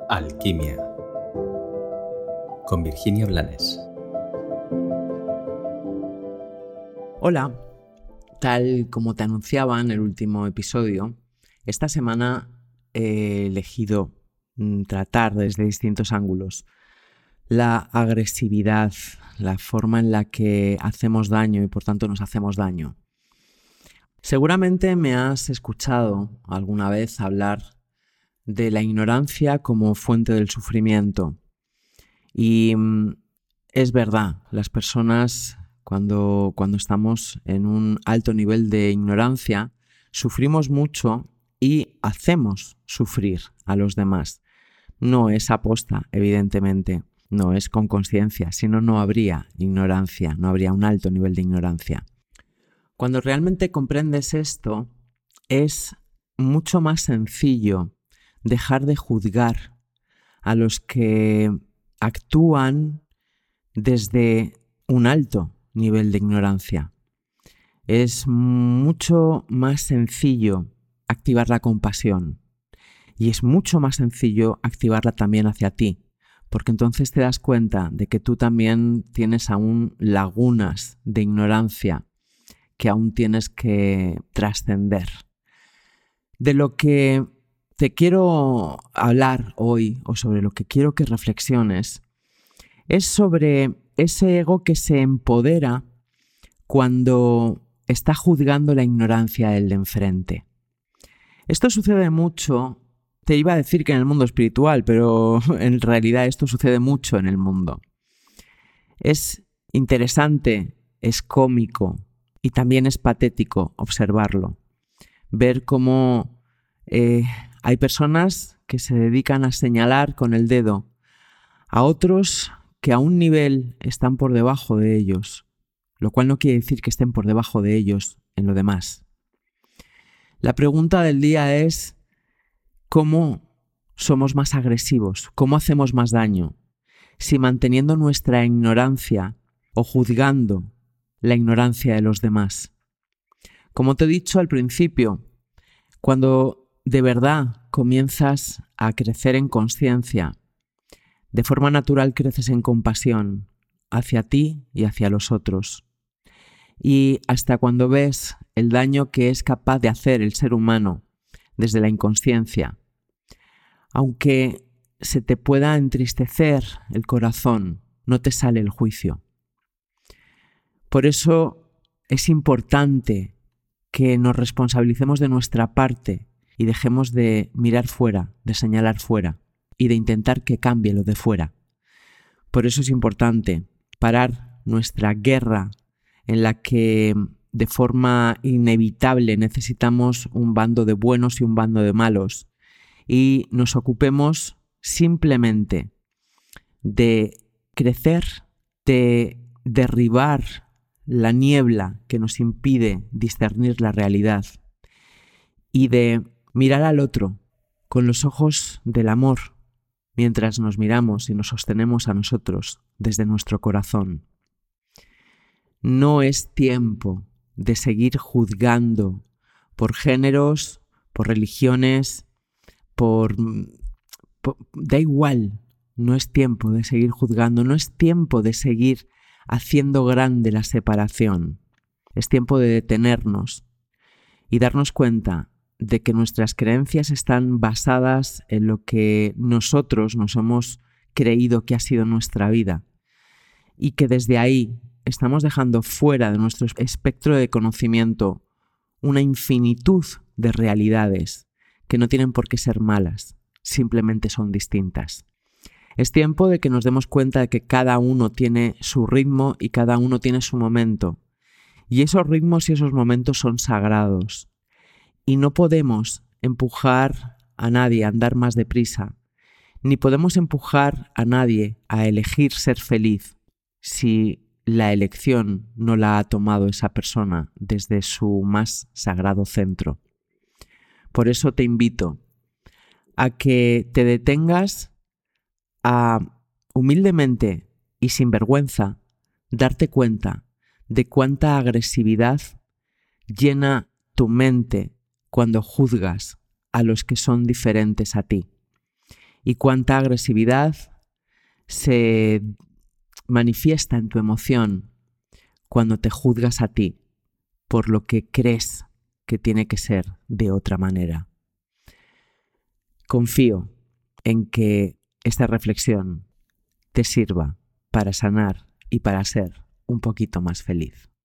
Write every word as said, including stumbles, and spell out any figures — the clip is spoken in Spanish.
Alquimia con Virginia Blanes. Hola, tal como te anunciaba en el último episodio, esta semana he elegido mm, tratar desde distintos ángulos la agresividad, la forma en la que hacemos daño y por tanto nos hacemos daño. Seguramente me has escuchado alguna vez hablar de la ignorancia como fuente del sufrimiento. Y mm, es verdad, las personas cuando, cuando estamos en un alto nivel de ignorancia sufrimos mucho y hacemos sufrir a los demás. No es aposta, evidentemente, no es con conciencia, si no, no habría ignorancia, no habría un alto nivel de ignorancia. Cuando realmente comprendes esto, es mucho más sencillo dejar de juzgar a los que actúan desde un alto nivel de ignorancia. Es mucho más sencillo activar la compasión y es mucho más sencillo activarla también hacia ti, porque entonces te das cuenta de que tú también tienes aún lagunas de ignorancia que aún tienes que trascender. De lo que te quiero hablar hoy, o sobre lo que quiero que reflexiones, es sobre ese ego que se empodera cuando está juzgando la ignorancia del de enfrente. Esto sucede mucho, te iba a decir que en el mundo espiritual, pero en realidad esto sucede mucho en el mundo. Es interesante, es cómico y también es patético observarlo. Ver cómo eh, hay personas que se dedican a señalar con el dedo a otros que a un nivel están por debajo de ellos, lo cual no quiere decir que estén por debajo de ellos en lo demás. La pregunta del día es ¿cómo somos más agresivos? ¿Cómo hacemos más daño? Si manteniendo nuestra ignorancia o juzgando la ignorancia de los demás. Como te he dicho al principio, cuando de verdad comienzas a crecer en conciencia, de forma natural creces en compasión hacia ti y hacia los otros. Y hasta cuando ves el daño que es capaz de hacer el ser humano desde la inconsciencia, aunque se te pueda entristecer el corazón, no te sale el juicio. Por eso es importante que nos responsabilicemos de nuestra parte y dejemos de mirar fuera, de señalar fuera y de intentar que cambie lo de fuera. Por eso es importante parar nuestra guerra en la que de forma inevitable necesitamos un bando de buenos y un bando de malos y nos ocupemos simplemente de crecer, de derribar la niebla que nos impide discernir la realidad y de mirar al otro con los ojos del amor mientras nos miramos y nos sostenemos a nosotros desde nuestro corazón. No es tiempo de seguir juzgando por géneros, por religiones, por, por... Da igual, no es tiempo de seguir juzgando, no es tiempo de seguir haciendo grande la separación. Es tiempo de detenernos y darnos cuenta de que nuestras creencias están basadas en lo que nosotros nos hemos creído que ha sido nuestra vida y que desde ahí estamos dejando fuera de nuestro espectro de conocimiento una infinitud de realidades que no tienen por qué ser malas, simplemente son distintas. Es tiempo de que nos demos cuenta de que cada uno tiene su ritmo y cada uno tiene su momento. Y esos ritmos y esos momentos son sagrados. Y no podemos empujar a nadie a andar más deprisa, ni podemos empujar a nadie a elegir ser feliz si la elección no la ha tomado esa persona desde su más sagrado centro. Por eso te invito a que te detengas a humildemente y sin vergüenza darte cuenta de cuánta agresividad llena tu mente cuando juzgas a los que son diferentes a ti. y cuánta agresividad se manifiesta en tu emoción cuando te juzgas a ti por lo que crees que tiene que ser de otra manera. Confío en que esta reflexión te sirva para sanar y para ser un poquito más feliz.